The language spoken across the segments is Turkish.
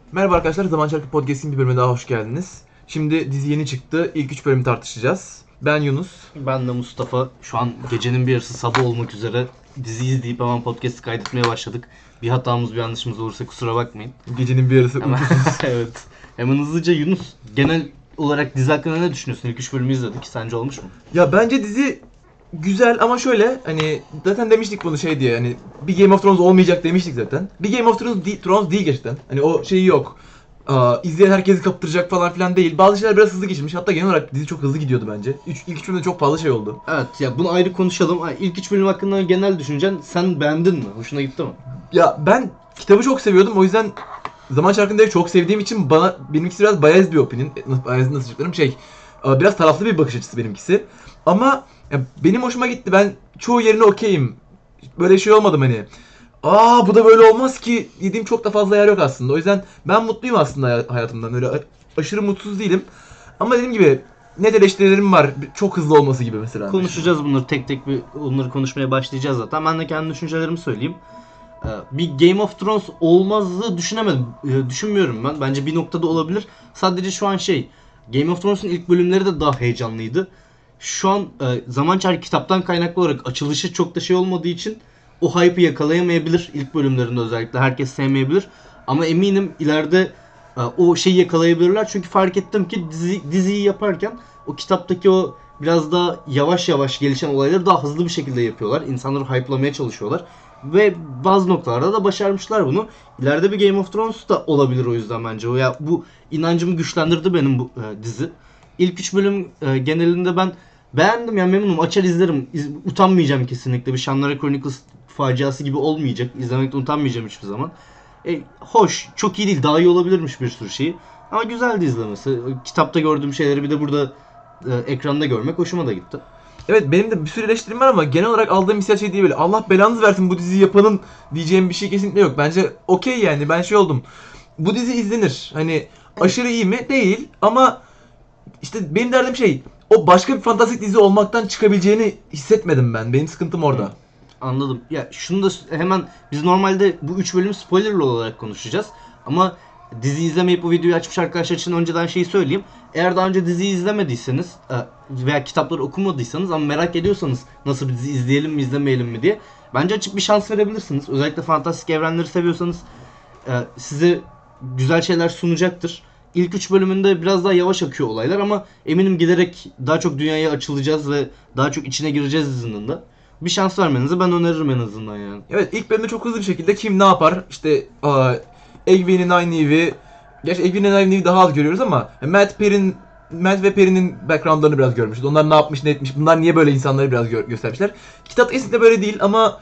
Merhaba arkadaşlar, Zaman Çarkı Podcast'in bir bölümüne daha hoş geldiniz. Şimdi dizi yeni çıktı, ilk 3 bölümü tartışacağız. Ben Yunus. Ben de Mustafa. Şu an gecenin bir yarısı sabah olmak üzere dizi izleyip hemen podcast kaydetmeye başladık. Bir hatamız, bir yanlışımız olursa kusura bakmayın. Gecenin bir yarısı Hemen, uykusuz. evet. Hemen hızlıca Yunus, genel olarak dizi hakkında ne düşünüyorsun? İlk 3 bölümü izledik. Sence olmuş mu? Ya bence dizi güzel ama şöyle, hani zaten demiştik bunu şey diye, hani bir Game of Thrones olmayacak demiştik zaten. Bir Game of Thrones değil gerçekten. Hani o şeyi yok. İzleyen herkesi kaptıracak falan filan değil. Bazı şeyler biraz hızlı geçmiş. Hatta genel olarak dizi çok hızlı gidiyordu bence. İlk 3 bölümde çok fazla şey oldu. Evet ya, bunu ayrı konuşalım. İlk 3 bölüm hakkında genel düşüncen, sen beğendin mi? Hoşuna gitti mi? Ya ben kitabı çok seviyordum. O yüzden Zaman Çarkı'nı çok sevdiğim için benimkisi biraz biased bir opinion. Biased nasıl açıklarım? Biraz taraflı bir bakış açısı benimkisi. Ama ya, benim hoşuma gitti. Ben çoğu yerine okeyim. Böyle şey olmadım hani. Bu da böyle olmaz ki dediğim çok da fazla yer yok aslında. O yüzden ben mutluyum aslında hayatımdan. Öyle aşırı mutsuz değilim. Ama dediğim gibi net eleştirilerim var. Çok hızlı olması gibi mesela. Konuşacağız bunları tek tek, onları konuşmaya başlayacağız zaten. Ben de kendi düşüncelerimi söyleyeyim. Bir Game of Thrones olmazdı düşünmüyorum ben. Bence bir noktada olabilir. Sadece şu an Game of Thrones'un ilk bölümleri de daha heyecanlıydı. Şu an Zaman Çarkı kitaptan kaynaklı olarak açılışı çok da olmadığı için o hype'ı yakalayamayabilir ilk bölümlerinde, özellikle herkes sevmeyebilir. Ama eminim ileride o şeyi yakalayabilirler. Çünkü fark ettim ki diziyi yaparken o kitaptaki o biraz daha yavaş yavaş gelişen olayları daha hızlı bir şekilde yapıyorlar. İnsanları hype'lamaya çalışıyorlar. Ve bazı noktalarda da başarmışlar bunu. İleride bir Game of Thrones da olabilir o yüzden bence. Bu inancımı güçlendirdi benim bu dizi. İlk 3 bölüm genelinde ben beğendim, yani memnunum. Açar izlerim. Utanmayacağım kesinlikle. Bir Shannara Chronicles faciası gibi olmayacak. İzlemekten utanmayacağım hiçbir zaman. Hoş, çok iyi değil. Daha iyi olabilirmiş bir sürü şeyi. Ama güzeldi izlemesi. Kitapta gördüğüm şeyleri bir de burada ekranda görmek hoşuma da gitti. Evet, benim de bir sürü eleştirim var ama genel olarak aldığım hissiyat şey değil, böyle Allah belanızı versin bu diziyi yapanın diyeceğim bir şey kesinlikle yok. Bence okey, yani ben şey oldum. Bu dizi izlenir. Hani aşırı iyi mi? Değil ama işte benim derdim o başka bir fantastik dizi olmaktan çıkabileceğini hissetmedim ben. Benim sıkıntım orada. Anladım. Ya şunu da hemen, biz normalde bu 3 bölüm spoilerlı olarak konuşacağız. Ama dizi izlemeyip bu videoyu açmış arkadaşlar için önceden söyleyeyim. Eğer daha önce diziyi izlemediyseniz veya kitapları okumadıysanız ama merak ediyorsanız nasıl bir dizi izleyelim mi izlemeyelim mi diye, bence açık bir şans verebilirsiniz. Özellikle fantastik evrenleri seviyorsanız size güzel şeyler sunacaktır. İlk 3 bölümünde biraz daha yavaş akıyor olaylar ama eminim giderek daha çok dünyaya açılacağız ve daha çok içine gireceğiz dizinin de. Bir şans vermenizi ben öneririm en azından yani. Evet, ilk bölümde çok hızlı bir şekilde kim ne yapar? İşte Egwene'in Nynaeve'i, gerçi Egwene'in Nynaeve'i daha az görüyoruz ama Matt ve Perry'nin backgroundlarını biraz görmüşüz. Onlar ne yapmış, ne etmiş, bunlar niye böyle insanları biraz göstermişler. Kitap kesinlikle böyle değil ama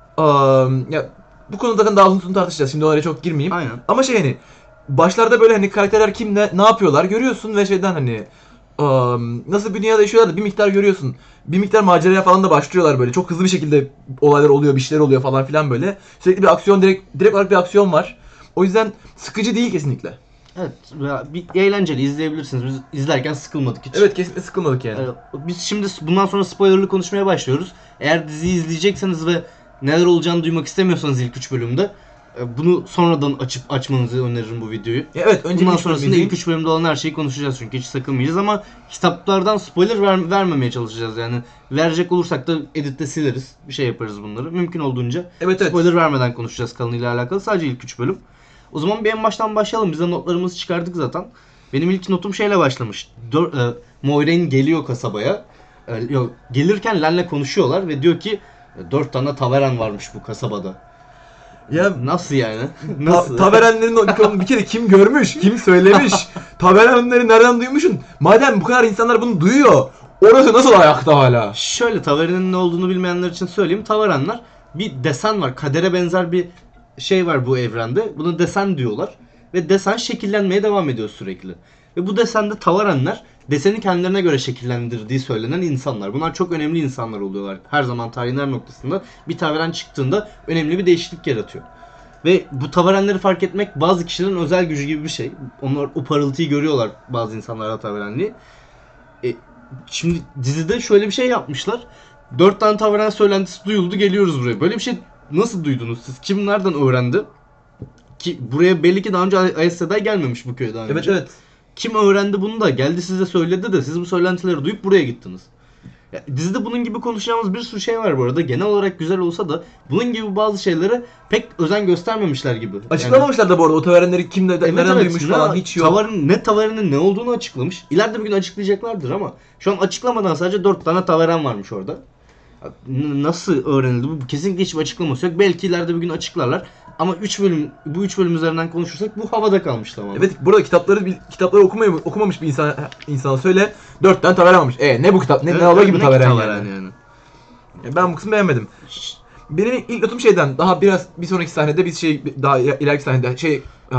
ya bu konuda daha uzun tartışacağız. Şimdi oraya çok girmeyeyim. Aynen. Ama hani başlarda böyle hani karakterler kim ne yapıyorlar görüyorsun ve hani nasıl bir dünyada yaşıyorlar da bir miktar görüyorsun. Bir miktar maceraya falan da başlıyorlar böyle. Çok hızlı bir şekilde olaylar oluyor, bir şeyler oluyor falan filan böyle. Sürekli bir aksiyon, direkt olarak bir aksiyon var. O yüzden sıkıcı değil kesinlikle. Evet, bir eğlenceli izleyebilirsiniz. Biz izlerken sıkılmadık hiç. Evet, kesinlikle sıkılmadık yani. Biz şimdi bundan sonra spoilerlı konuşmaya başlıyoruz. Eğer diziyi izleyecekseniz ve neler olacağını duymak istemiyorsanız ilk 3 bölümde bunu sonradan açmanızı öneririm bu videoyu. Evet, önce bundan sonrasında ilk 3 bölümde olan her şeyi konuşacağız çünkü hiç sakınmayacağız ama kitaplardan spoiler vermemeye çalışacağız yani. Verecek olursak da editte sileriz. Bir şey yaparız bunları. Mümkün olduğunca spoiler vermeden konuşacağız kanalıyla alakalı. Sadece ilk 3 bölüm. O zaman bir en baştan başlayalım. Biz de notlarımızı çıkardık zaten. Benim ilk notum şeyle başlamış. Moiraine geliyor kasabaya. Gelirken Len'le konuşuyorlar ve diyor ki 4 tane tavern varmış bu kasabada. Ya nasıl yani? Nasıl? Taverenlerin bir kere kim görmüş, kim söylemiş? Taverenleri nereden duymuşsun? Madem bu kadar insanlar bunu duyuyor, orası nasıl ayakta hala? Şöyle, taverenin ne olduğunu bilmeyenler için söyleyeyim. Taverenler bir desen var. Kadere benzer bir şey var bu evrende. Buna desen diyorlar. Ve desen şekillenmeye devam ediyor sürekli. Ve bu desende tavarenler deseni kendilerine göre şekillendirdiği söylenen insanlar. Bunlar çok önemli insanlar oluyorlar. Her zaman tarihin her noktasında bir taveren çıktığında önemli bir değişiklik yaratıyor. Ve bu tavarenleri fark etmek bazı kişilerin özel gücü gibi bir şey. Onlar o parıltıyı görüyorlar, bazı insanlar taverenliği. Şimdi dizide şöyle bir şey yapmışlar. 4 tane taveren söylentisi duyuldu, geliyoruz buraya. Böyle bir şey nasıl duydunuz siz? Kim nereden öğrendi? Ki buraya belli ki daha önce Aes Sedai gelmemiş bu köye daha önce. Evet evet. Kim öğrendi bunu da geldi size söyledi de siz bu söylentileri duyup buraya gittiniz. Ya, dizide bunun gibi konuşacağımız bir sürü şey var bu arada. Genel olarak güzel olsa da bunun gibi bazı şeylere pek özen göstermemişler gibi. Açıklamamışlar da bu arada o taverenleri kim nereden duymuş falan hiç yok. Tavernin ne olduğunu açıklamış. İleride bir gün açıklayacaklardır ama şu an açıklamadan sadece 4 tane taveren varmış orada. Nasıl öğrenildi? Bu kesinlikle hiçbir açıklaması yok. Belki ileride bir gün açıklarlar. Ama 3 bölüm bu 3 bölüm üzerinden konuşursak bu havada kalmış tamamen. Evet burada kitapları okumamış bir insana söyle 4 tane taveren varmış. Ne bu kitap? Ne oluyor ki bu taveren yani? Ben bu kısmı beğenmedim. Benim ilk notum şeyden daha bir sonraki sahnede biz daha ileriki sahnede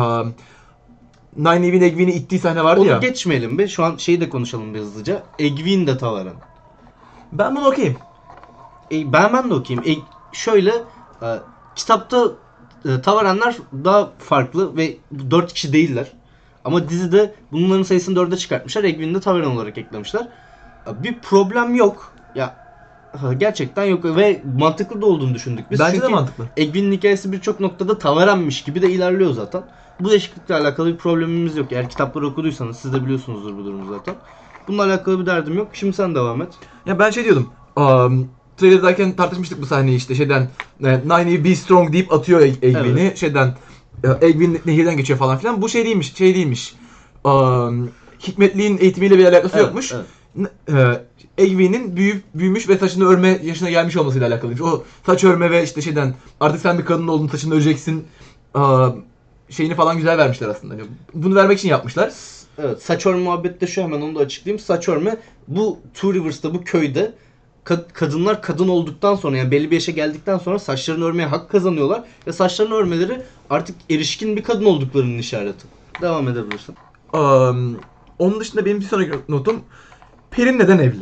Nynaeve'in Egwene'i ittiği sahne vardı onu ya. Onu geçmeyelim be. Şu an şeyi de konuşalım bir hızlıca. Egwene de taveren. Ben bunu okuyayım. Ben de okuyayım. Şöyle kitapta Tavarenler daha farklı ve 4 kişi değiller. Ama dizide bunların sayısını 4'e çıkartmışlar. Egwene'i de Taveren olarak eklemişler. Bir problem yok. Ya gerçekten yok ve mantıklı da olduğunu düşündük biz. Bence çünkü de mantıklı. Egwene'in hikayesi birçok noktada Taverenmiş gibi de ilerliyor zaten. Bu değişiklikle alakalı bir problemimiz yok. Eğer kitapları okuduysanız siz de biliyorsunuzdur bu durumu zaten. Bununla alakalı bir derdim yok. Şimdi sen devam et. Ya ben şey diyordum. Trailer'dayken tartışmıştık bu sahneyi işte Nynaeve be strong deyip atıyor Egwene'i. Evet. Egwene nehirden geçiyor falan filan. Bu şey değilmiş. Hikmetliğin eğitimiyle bir alakası yokmuş. Evet. Egwene'in büyümüş ve saçını örme yaşına gelmiş olmasıyla alakalıymış. O saç örme ve işte artık sen bir kadın oldun, saçını öreceksin şeyini falan güzel vermişler aslında. Bunu vermek için yapmışlar. Evet, saç örme muhabbeti de şu, hemen onu da açıklayayım. Saç örme bu Two Rivers'ta, bu köyde kadınlar kadın olduktan sonra, yani belli bir yaşa geldikten sonra saçlarını örmeye hak kazanıyorlar ve saçlarını örmeleri artık erişkin bir kadın olduklarının işareti. Devam edebilirsin. Onun dışında benim bir sonraki notum, Perrin neden evli?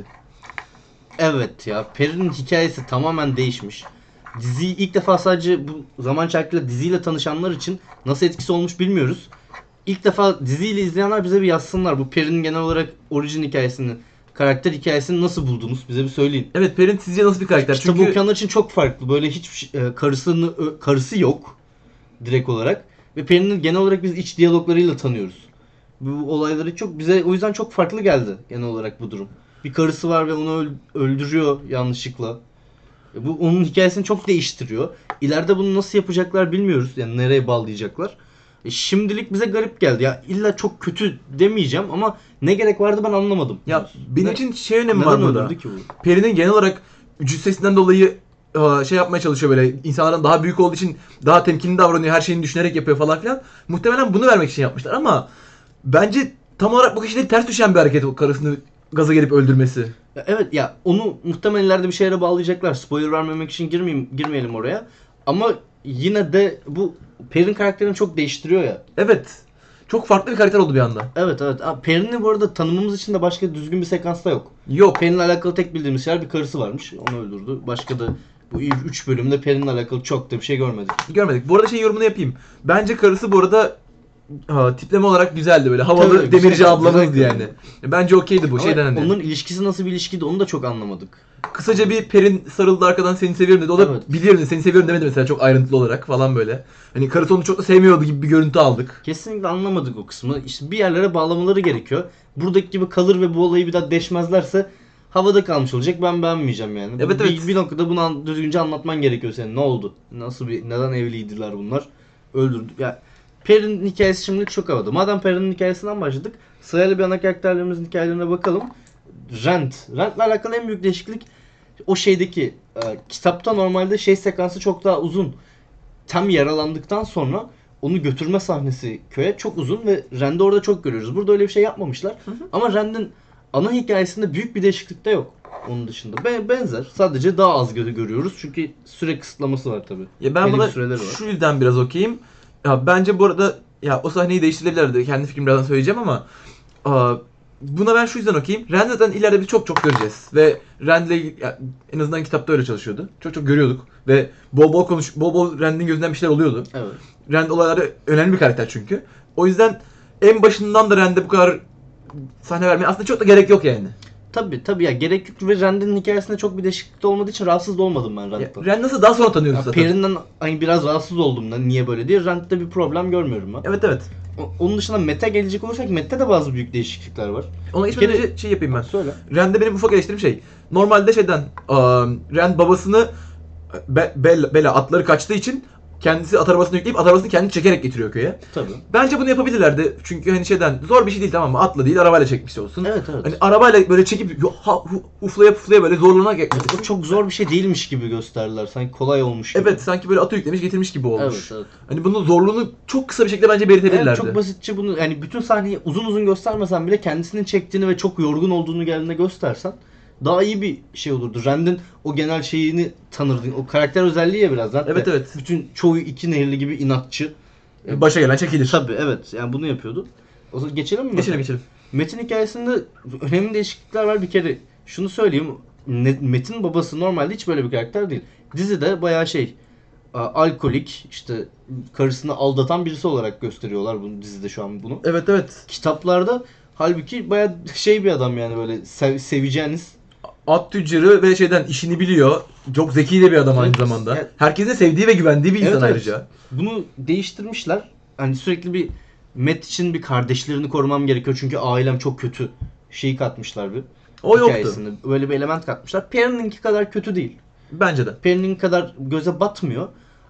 Evet ya, Perrin'in hikayesi tamamen değişmiş. Diziyi ilk defa sadece bu zaman çarkıyla diziyle tanışanlar için nasıl etkisi olmuş bilmiyoruz. İlk defa diziyle izleyenler bize bir yazsınlar. Bu Perrin'in genel olarak orijin hikayesini, karakter hikayesini nasıl buldunuz? Bize bir söyleyin. Evet, Perrin sizce nasıl bir karakter? Kitabı okuyanlar için çok farklı. Böyle hiç karısı yok direkt olarak. Ve Perrin'in genel olarak biz iç diyaloglarıyla tanıyoruz. Bu olayları bize o yüzden çok farklı geldi genel olarak bu durum. Bir karısı var ve onu öldürüyor yanlışlıkla. Bu onun hikayesini çok değiştiriyor. İleride bunu nasıl yapacaklar bilmiyoruz. Yani nereye bağlayacaklar. Şimdilik bize garip geldi. Ya illa çok kötü demeyeceğim ama ne gerek vardı ben anlamadım. Ya benim için önemi var burada. Ki bu? Perrin'in genel olarak cüssesinden dolayı yapmaya çalışıyor böyle. İnsanlardan daha büyük olduğu için daha temkinli davranıyor. Her şeyini düşünerek yapıyor falan filan. Muhtemelen bunu vermek için yapmışlar ama bence tam olarak bu kişileri ters düşen bir hareket, o karısını gaza gelip öldürmesi. Ya evet ya, onu muhtemelen ileride bir şeylere bağlayacaklar. Spoiler vermemek için girmeyelim oraya. Ama yine de bu Perrin karakterini çok değiştiriyor ya. Evet. Çok farklı bir karakter oldu bir anda. Evet. Perrin'i bu arada tanımamız için de başka düzgün bir sekansta yok. Yok. Perrin'le alakalı tek bildiğimiz şeyler, bir karısı varmış. Onu öldürdü. Başka da bu 3 bölümde Perrin'le alakalı çok da bir şey görmedik. Bu arada yorumunu yapayım. Bence karısı bu arada tipleme olarak güzeldi, böyle havalı. Tabii, demirci ablamızdı yani. Bence okeydi bu. Ama onların ilişkisi nasıl bir ilişkiydi onu da çok anlamadık. Kısaca bir Perrin sarıldı arkadan, seni seviyorum dedi. O da biliyorum, seni seviyorum demedi mesela, çok ayrıntılı olarak falan böyle. Hani karısı onu çok da sevmiyordu gibi bir görüntü aldık. Kesinlikle anlamadık o kısmı. İşte bir yerlere bağlamaları gerekiyor. Buradaki gibi kalır ve bu olayı bir daha deşmezlerse havada kalmış olacak. Ben beğenmeyeceğim yani. Evet. Bir noktada bunu düzgünce anlatman gerekiyor senin. Ne oldu? Neden evliydiler bunlar? Öldürdü. Ya Perrin'in hikayesi şimdilik çok havada. Madem Perrin'in hikayesinden başladık, sırayla bir ana karakterlerimizin hikayelerine bakalım. Rand'le alakalı en büyük değişiklik o şeydeki kitapta normalde sekansı çok daha uzun. Tam yaralandıktan sonra onu götürme sahnesi köye çok uzun ve Rand'i orada çok görüyoruz. Burada öyle bir şey yapmamışlar. Ama Rand'in ana hikayesinde büyük bir değişiklik de yok. Onun dışında benzer. Sadece daha az görüyoruz. Çünkü süre kısıtlaması var tabii. Ya ben buna şu yüzden biraz okeyim. Ya bence bu arada o sahneyi değiştirilebilirdi. Kendi fikrimi birazdan söyleyeceğim ama buna ben şu yüzden okeyim. Rand zaten ileride biz çok göreceğiz. Ve Rand'le en azından kitapta öyle çalışıyordu. Çok görüyorduk. Ve bol Rand'in gözünden bir şeyler oluyordu. Evet. Rand olaylarda önemli bir karakter çünkü. O yüzden en başından da Rand'e bu kadar sahne vermeye aslında çok da gerek yok yani. Tabii ya gerek yok ve Rand'in hikayesinde çok bir değişiklik olmadığı için rahatsız da olmadım ben Rand'dan. Rand nasıl daha sonra tanıyoruz Ya zaten. Perrin'den hani biraz rahatsız oldum da niye böyle diye. Rand'de bir problem görmüyorum ben. Evet. Onun dışında Matt'e gelecek olursak Matt'te de bazı büyük değişiklikler var. Ona geçmeden önce şey yapayım ben. Söyle. Rand'de benim ufak eleştirim şey. Normalde Rand babasını Bella atları kaçtığı için kendisi at arabasını yükleyip at arabasını kendi çekerek getiriyor köye. Tabii. Bence bunu yapabilirlerdi. Çünkü hani zor bir şey değil, tamam mı? Atla değil, arabayla çekmiş olsun. Evet. Hani arabayla böyle çekip uflaya böyle zorluğuna geçmiş. O çok zor bir şey değilmiş gibi gösterdiler. Sanki kolay olmuş gibi. Evet, sanki böyle atı yüklemiş getirmiş gibi olmuş. Evet. Hani bunun zorluğunu çok kısa bir şekilde bence belirtebilirlerdi. Evet, çok basitçe bunu yani bütün sahneyi uzun göstermesen bile kendisinin çektiğini ve çok yorgun olduğunu geldiğinde göstersen daha iyi bir şey olurdu. Rand'in o genel şeyini tanırdın. O karakter özelliği ya biraz. Evet. Bütün çoğu iki nehirli gibi inatçı. Başa gelen çekilir. Tabii evet. Yani bunu yapıyordu. O zaman geçelim mi? Geçelim. Metin hikayesinde önemli değişiklikler var. Bir kere şunu söyleyeyim. Metin babası normalde hiç böyle bir karakter değil. Dizide bayağı alkolik, işte karısını aldatan birisi olarak gösteriyorlar bunu dizide şu an bunu. Evet. Kitaplarda halbuki bayağı bir adam yani böyle seveceğiniz. At tüccarı ve işini biliyor. Çok zeki de bir adam aynı zamanda. Evet. Herkesin sevdiği ve güvendiği bir insan Evet. ayrıca. Bunu değiştirmişler. Hani sürekli bir Matt için bir kardeşlerini korumam gerekiyor çünkü ailem çok kötü. Şeyi katmışlar bir. O hikayesinde. yoktu. Böyle bir element katmışlar. Perrin'inki kadar kötü değil. Bence de. Perrin'inki kadar göze batmıyor.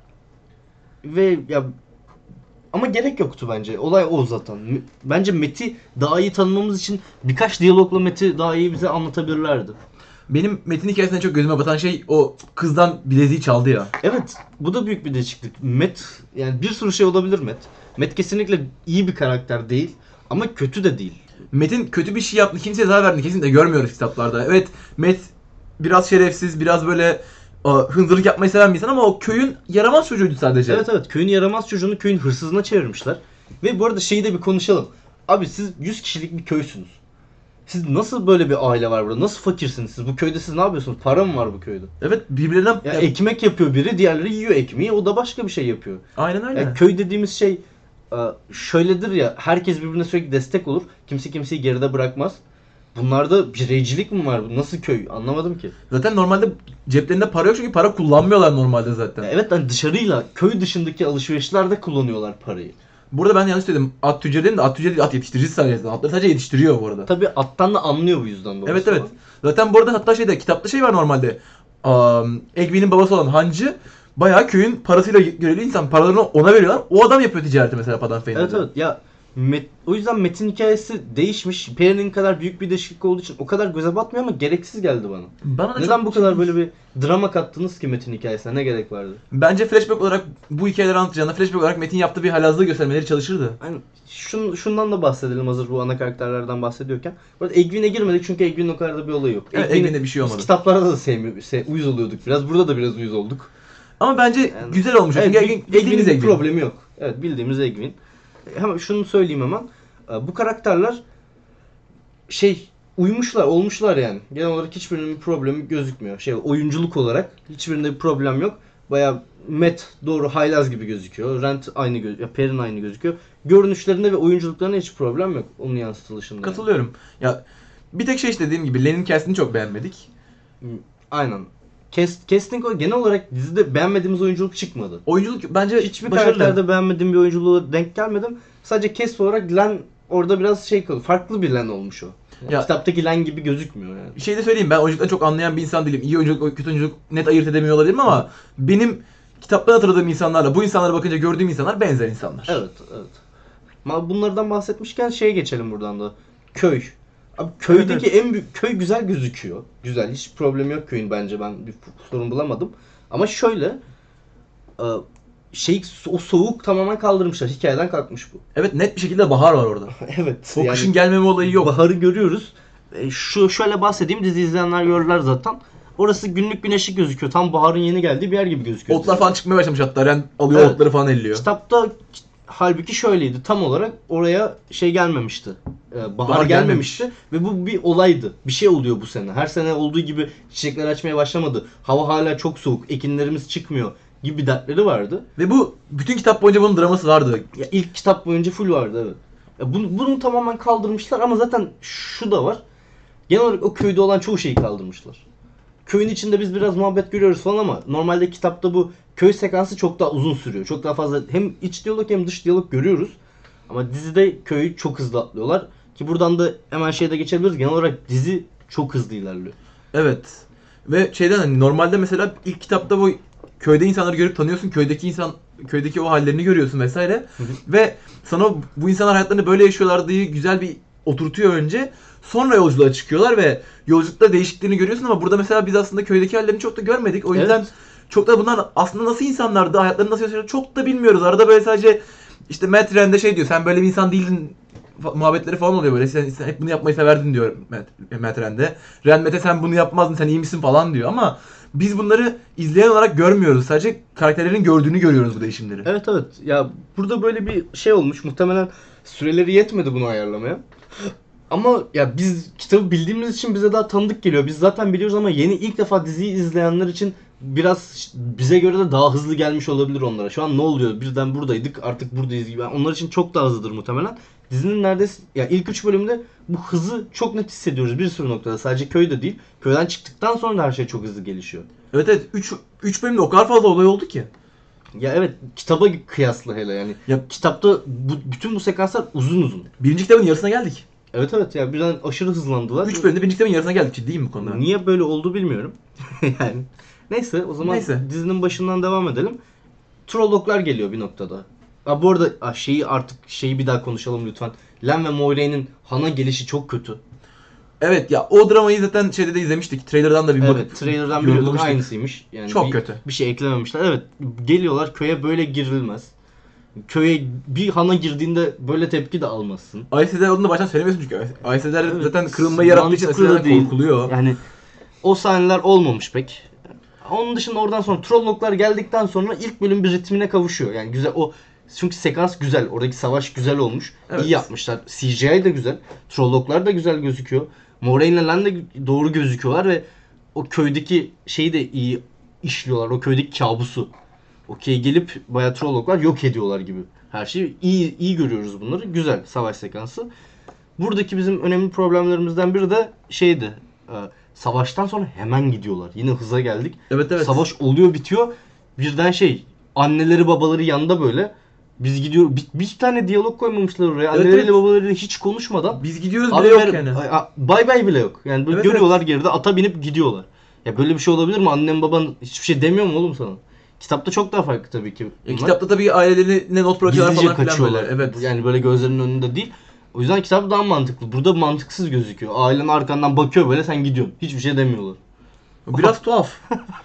Ve ya ama gerek yoktu bence. Olay o zaten. Bence Matt'i daha iyi tanımamız için birkaç diyalogla Matt'i daha iyi bize anlatabilirlerdi. Benim Metin hikayesinden çok gözüme batan şey o kızdan bileziği çaldı ya. Evet, bu da büyük bir değişiklik. Matt, yani bir sürü şey olabilir Matt. Matt kesinlikle iyi bir karakter değil ama kötü de değil. Metin kötü bir şey yaptı, kimseye zarar verdiğini kesinlikle görmüyoruz kitaplarda. Evet, Met biraz şerefsiz, biraz böyle hınzırlık yapmayı seven bir insan ama o köyün yaramaz çocuğuydu sadece. Evet, köyün yaramaz çocuğunu köyün hırsızına çevirmişler. Ve bu arada şeyi de bir konuşalım. Abi siz 100 kişilik bir köysünüz. Siz nasıl böyle bir aile var burada? Nasıl fakirsiniz siz? Bu köyde siz ne yapıyorsunuz? Para mı var bu köyde? Evet, birbirlerine... Ya ekmek yapıyor biri, diğerleri yiyor ekmeği, o da başka bir şey yapıyor. Aynen öyle. Yani köy dediğimiz şey şöyledir ya, herkes birbirine sürekli destek olur. Kimse kimseyi geride bırakmaz. Bunlarda bireycilik mi var? Nasıl köy? Anlamadım ki. Zaten normalde ceplerinde para yok çünkü para kullanmıyorlar normalde zaten. Evet, hani dışarıyla, köy dışındaki alışverişlerde kullanıyorlar parayı. Burada ben yanlış söyledim. At tüccarı dedim de at tüccarı değil, at yetiştiricisi sadece. Atları sadece yetiştiriyor bu arada. Tabii attan da anlıyor bu yüzden de. Evet. Zaten bu arada hatta kitapta şey var normalde. Egwene'in babası olan Hancı bayağı köyün parasıyla görevli insan. Paralarını ona veriyorlar. O adam yapıyor ticareti mesela Padan Evet. Ya o yüzden Metin hikayesi değişmiş. Perrin'in kadar büyük bir değişiklik olduğu için o kadar göze batmıyor ama gereksiz geldi bana. Bana da Neden çok bu kadar böyle bir drama kattınız ki Metin hikayesine? Ne gerek vardı? Bence flashback olarak bu hikayeleri anlatacağına flashback olarak Metin yaptığı bir halazlığı göstermeleri çalışırdı. Yani şundan da bahsedelim hazır bu ana karakterlerden bahsediyorken. Bu arada Egwene'e girmedik çünkü Egwene'in o kadar da bir olayı yok. Evet, Egwene'de bir şey olmadı. Biz kitaplarda da uyuz oluyorduk biraz. Burada da biraz uyuz olduk. Ama bence Yani, güzel olmuş. Evet, Çünkü Egwene'in bir Egwene. problemi yok. Evet, bildiğimiz Egwene. Hemen şunu söyleyeyim hemen. Bu karakterler uymuşlar, olmuşlar yani. Genel olarak hiçbirinin bir problemi gözükmüyor. Oyunculuk olarak hiçbirinde bir problem yok. Bayağı Matt doğru haylaz gibi gözüküyor. Rand aynı Perrin aynı gözüküyor. Görünüşlerinde ve oyunculuklarında hiç problem yok onun yansıtılışında. Katılıyorum. Ya bir tek dediğim gibi Len'in castini çok beğenmedik. Aynen. Casting genel olarak dizide beğenmediğimiz oyunculuk çıkmadı. Oyunculuk bence Hiçbir başarılı. karakterde beğenmediğim bir oyunculuğa denk gelmedim. Sadece cast olarak Len orada biraz kalıyor. Farklı bir Len olmuş o. Ya, kitaptaki Len gibi gözükmüyor yani. Bir şey de söyleyeyim, ben oyunculuktan çok anlayan bir insan değilim. İyi oyunculuk, kötü oyunculuk net ayırt edemiyor olabilirim ama benim kitaptan hatırladığım insanlarla bu insanlara bakınca gördüğüm insanlar benzer insanlar. Evet. Ama bunlardan bahsetmişken geçelim buradan da. Köy. Abi köydeki en büyük köy güzel gözüküyor. Güzel, hiç problem yok köyün bence, ben bir sorun bulamadım. Ama o soğuk tamamen kaldırmışlar. Hikayeden kalkmış bu. Evet, net bir şekilde bahar var orada. Evet. O kışın gelmeme olayı yok. Baharı görüyoruz. Şöyle bahsedeyim, dizi izleyenler gördüler zaten. Orası günlük güneşlik gözüküyor. Tam baharın yeni geldiği bir yer gibi gözüküyor. Otlar falan çıkmaya başlamış hatta. Ren alıyor, Evet. otları falan elliyor. Kitapta halbuki şöyleydi. Tam olarak oraya gelmemişti. Bahar gelmemişti ve bu bir olaydı. Bir şey oluyor bu sene. Her sene olduğu gibi çiçekler açmaya başlamadı. Hava hala çok soğuk. Ekinlerimiz çıkmıyor gibi dertleri vardı. Ve bu bütün kitap boyunca bunun draması vardı. Ya ilk kitap boyunca full vardı, evet. Ya bunu tamamen kaldırmışlar ama zaten şu da var. Genel olarak o köyde olan çoğu şeyi kaldırmışlar. Köyün içinde biz biraz muhabbet görüyoruz falan ama normalde kitapta bu köy sekansı çok daha uzun sürüyor. Çok daha fazla hem iç diyalog hem dış diyalog görüyoruz. Ama dizide köyü çok hızlı atlıyorlar. Ki buradan da hemen şeyde geçebiliriz. Genel olarak dizi çok hızlı ilerliyor. Evet. Ve şeyden hani normalde mesela ilk kitapta bu köyde insanları görüp tanıyorsun. Köydeki o hallerini görüyorsun vesaire. Ve sana bu insanlar hayatlarını böyle yaşıyorlar diye güzel bir oturtuyor önce. Sonra yolculuğa çıkıyorlar ve yolculukta değişikliklerini görüyorsun ama burada mesela biz aslında köydeki hallerini çok da görmedik. O yüzden Evet. çok da bunlar aslında nasıl insanlardı, hayatlarını nasıl yaşıyorlar çok da bilmiyoruz. Arada böyle sadece işte Matt Rand'e şey diyor, sen böyle bir insan değildin muhabbetleri falan oluyor böyle. Sen hep bunu yapmayı severdin diyor Matt Rand'e. Rand Matt'e sen bunu yapmazdın, sen iyi misin falan diyor ama biz bunları izleyen olarak görmüyoruz. Sadece karakterlerin gördüğünü görüyoruz bu değişimleri. Evet evet. Ya burada böyle bir şey olmuş. Muhtemelen süreleri yetmedi bunu ayarlamaya. Ama ya biz kitabı bildiğimiz için bize daha tanıdık geliyor. Biz zaten biliyoruz ama yeni ilk defa diziyi izleyenler için biraz bize göre de daha hızlı gelmiş olabilir onlara. Şu an ne oluyor? Birden buradaydık, artık buradayız gibi. Yani onlar için çok daha hızlıdır muhtemelen. Dizinin neredeyse ya ilk 3 bölümde bu hızı çok net hissediyoruz bir sürü noktada. Sadece köyde değil. Köyden çıktıktan sonra da her şey çok hızlı gelişiyor. Evet evet, 3 bölümde o kadar fazla olay oldu ki. Ya evet, kitaba kıyasla hele yani. Ya Kitapta bütün bu sekanslar uzun uzun. birinci kitabın yarısına geldik. Evet evet ya birden aşırı hızlandılar. 3 bölümde birinci kitabın yarısına geldik, ciddiyim bu konuda. Niye böyle oldu bilmiyorum. Yani neyse o zaman Neyse. dizinin başından devam edelim. Trolloklar geliyor bir noktada. Bu arada şeyi bir daha konuşalım lütfen. Len ve Moiraine'in Han'a gelişi çok kötü. Evet ya, o dramayı zaten şeyde de izlemiştik. Trailer'dan da bir Evet, trailer'dan biliyorduk, yorumlamıştık. aynısıymış. Yani Çok kötü. Bir şey eklememişler. Evet, geliyorlar köye, böyle girilmez. Köye bir Han'a girdiğinde böyle tepki de almazsın. Aes Sedai olduğunu baştan söylemiyorsun çünkü Aes Sedai Evet, zaten kırılmayı yarattığı için Aes mantıklı da Sedai'den değil. korkuluyor. Yani o sahneler olmamış pek. Onun dışında oradan sonra Trolloklar geldikten sonra ilk bölüm bir ritmine kavuşuyor. Yani güzel o, çünkü sekans güzel. Oradaki savaş güzel olmuş. Evet. İyi yapmışlar. CGI de güzel. Trolloklar da güzel gözüküyor. Moiraine ile Lan de doğru gözüküyorlar ve o köydeki şeyi de iyi işliyorlar. O köydeki kabusu. Okey, gelip bayağı Trolloklar yok ediyorlar gibi. Her şeyi iyi görüyoruz bunları. Güzel savaş sekansı. Buradaki bizim önemli problemlerimizden biri de şeydi. Savaştan sonra hemen gidiyorlar. Yine hıza geldik. Evet evet. Savaş oluyor, bitiyor. Birden anneleri babaları yanında böyle. Biz gidiyor. Bir tane diyalog koymamışlar oraya. Evet, Anneleriyle evet. babalarıyla hiç konuşmadan. Biz gidiyoruz Abi bile yok yani. Bay bay bile yok. Yani böyle Evet, görüyorlar geride, ata binip gidiyorlar. Ya böyle bir şey olabilir mi? Annem baban hiçbir şey demiyor mu oğlum sana? Kitapta çok daha farklı tabii ki. Ya kitapta tabii ailelerine not bırakıyorlar Gizlice falan filan böyle. kaçıyorlar. Evet. Yani böyle gözlerinin önünde değil. O yüzden kitap daha mantıklı. Burada mantıksız gözüküyor. Ailen arkandan bakıyor böyle, sen gidiyorsun. Hiçbir şey demiyorlar. Biraz tuhaf.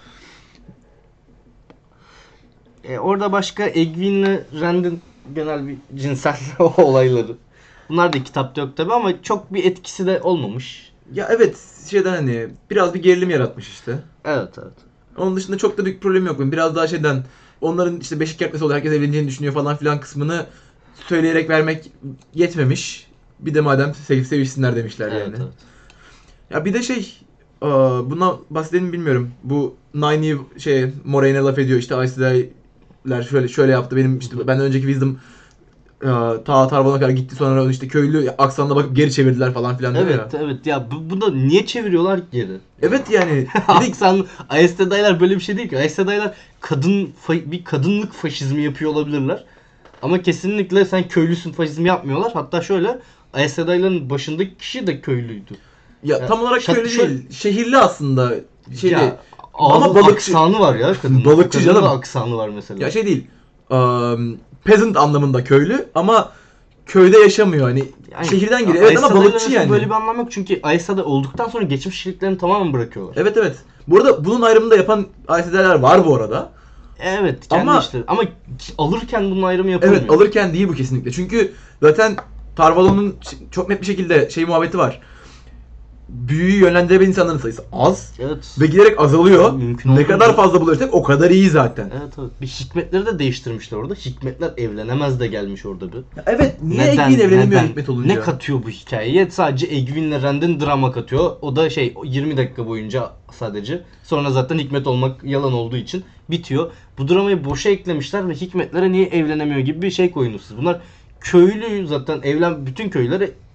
Orada başka Egwene'le Rand'in genel bir cinsel olayları. Bunlar da kitapta yok tabi ama çok bir etkisi de olmamış. Ya evet, şeyden hani biraz bir gerilim yaratmış işte. Evet evet. Onun dışında çok da büyük problem yok. Biraz daha şeyden, onların işte beşik kertmesi oluyor, herkes evleneceğini düşünüyor falan filan kısmını söyleyerek vermek yetmemiş. Bir de madem sevişsinler demişler Evet, yani. evet. Ya bir de buna bahsedelim mi bilmiyorum. Bu Nynaeve Moraine'e laf ediyor, işte Aes Sedai'ler şöyle yaptı, benim işte benden önceki Wisdom Tarvalon'a kadar gitti, sonra işte köylü aksanına bakıp geri çevirdiler falan filan diyor Evet ya. evet ya, bunu da niye çeviriyorlar ki geri? Evet yani. Bir de Aksan, Aes Sedai'ler böyle bir şey değil ki. Aes Sedai'ler bir kadınlık faşizmi yapıyor olabilirler. Ama kesinlikle sen köylüsün faşizmi yapmıyorlar. Hatta şöyle, Aes Sedai'lerin başındaki kişi de köylüydü. ya tam olarak köylü şöyle- değil. Şehirli aslında. Ya, Ama ama balıkçı. aksanı var ya kadının. Balıkçı Kadının canım. da aksanı var mesela. Ya şey değil. Peasant anlamında köylü ama köyde yaşamıyor, hani Yani, şehirden geliyor. Aes Evet ama Sedai'lerin balıkçı yani. böyle bir anlam yok çünkü Aes Sedai olduktan sonra geçmiş kişiliklerini tamamen bırakıyorlar. Evet evet. Bu arada bunun ayrımını da yapan Aes Sedai'ler var bu arada. Evet, kendi Ama- işleri. Ama alırken bunun ayrımı yapılmıyor. Evet, alırken değil bu kesinlikle. Çünkü zaten Tarvalon'un çok net bir şekilde muhabbeti var. Büyüyü yönlendirebilen insanların sayısı az Evet. ve giderek azalıyor. Mümkün Ne olduğunca- kadar fazla bulursak o kadar iyi zaten. Evet evet. Bir hikmetleri de değiştirmişler orada. Hikmetler evlenemez de gelmiş orada bir. Ya evet, niye Egwene evlenemiyor Hikmet olunca? Ne katıyor bu hikayeye? Sadece Egwene'le Rand'in drama katıyor. O da 20 dakika boyunca sadece. Sonra zaten Hikmet olmak yalan olduğu için bitiyor. Bu dramayı boşa eklemişler ve Hikmetlere niye evlenemiyor gibi bir şey koyuyorsunuz siz. Bunlar köylü zaten, bütün köylülere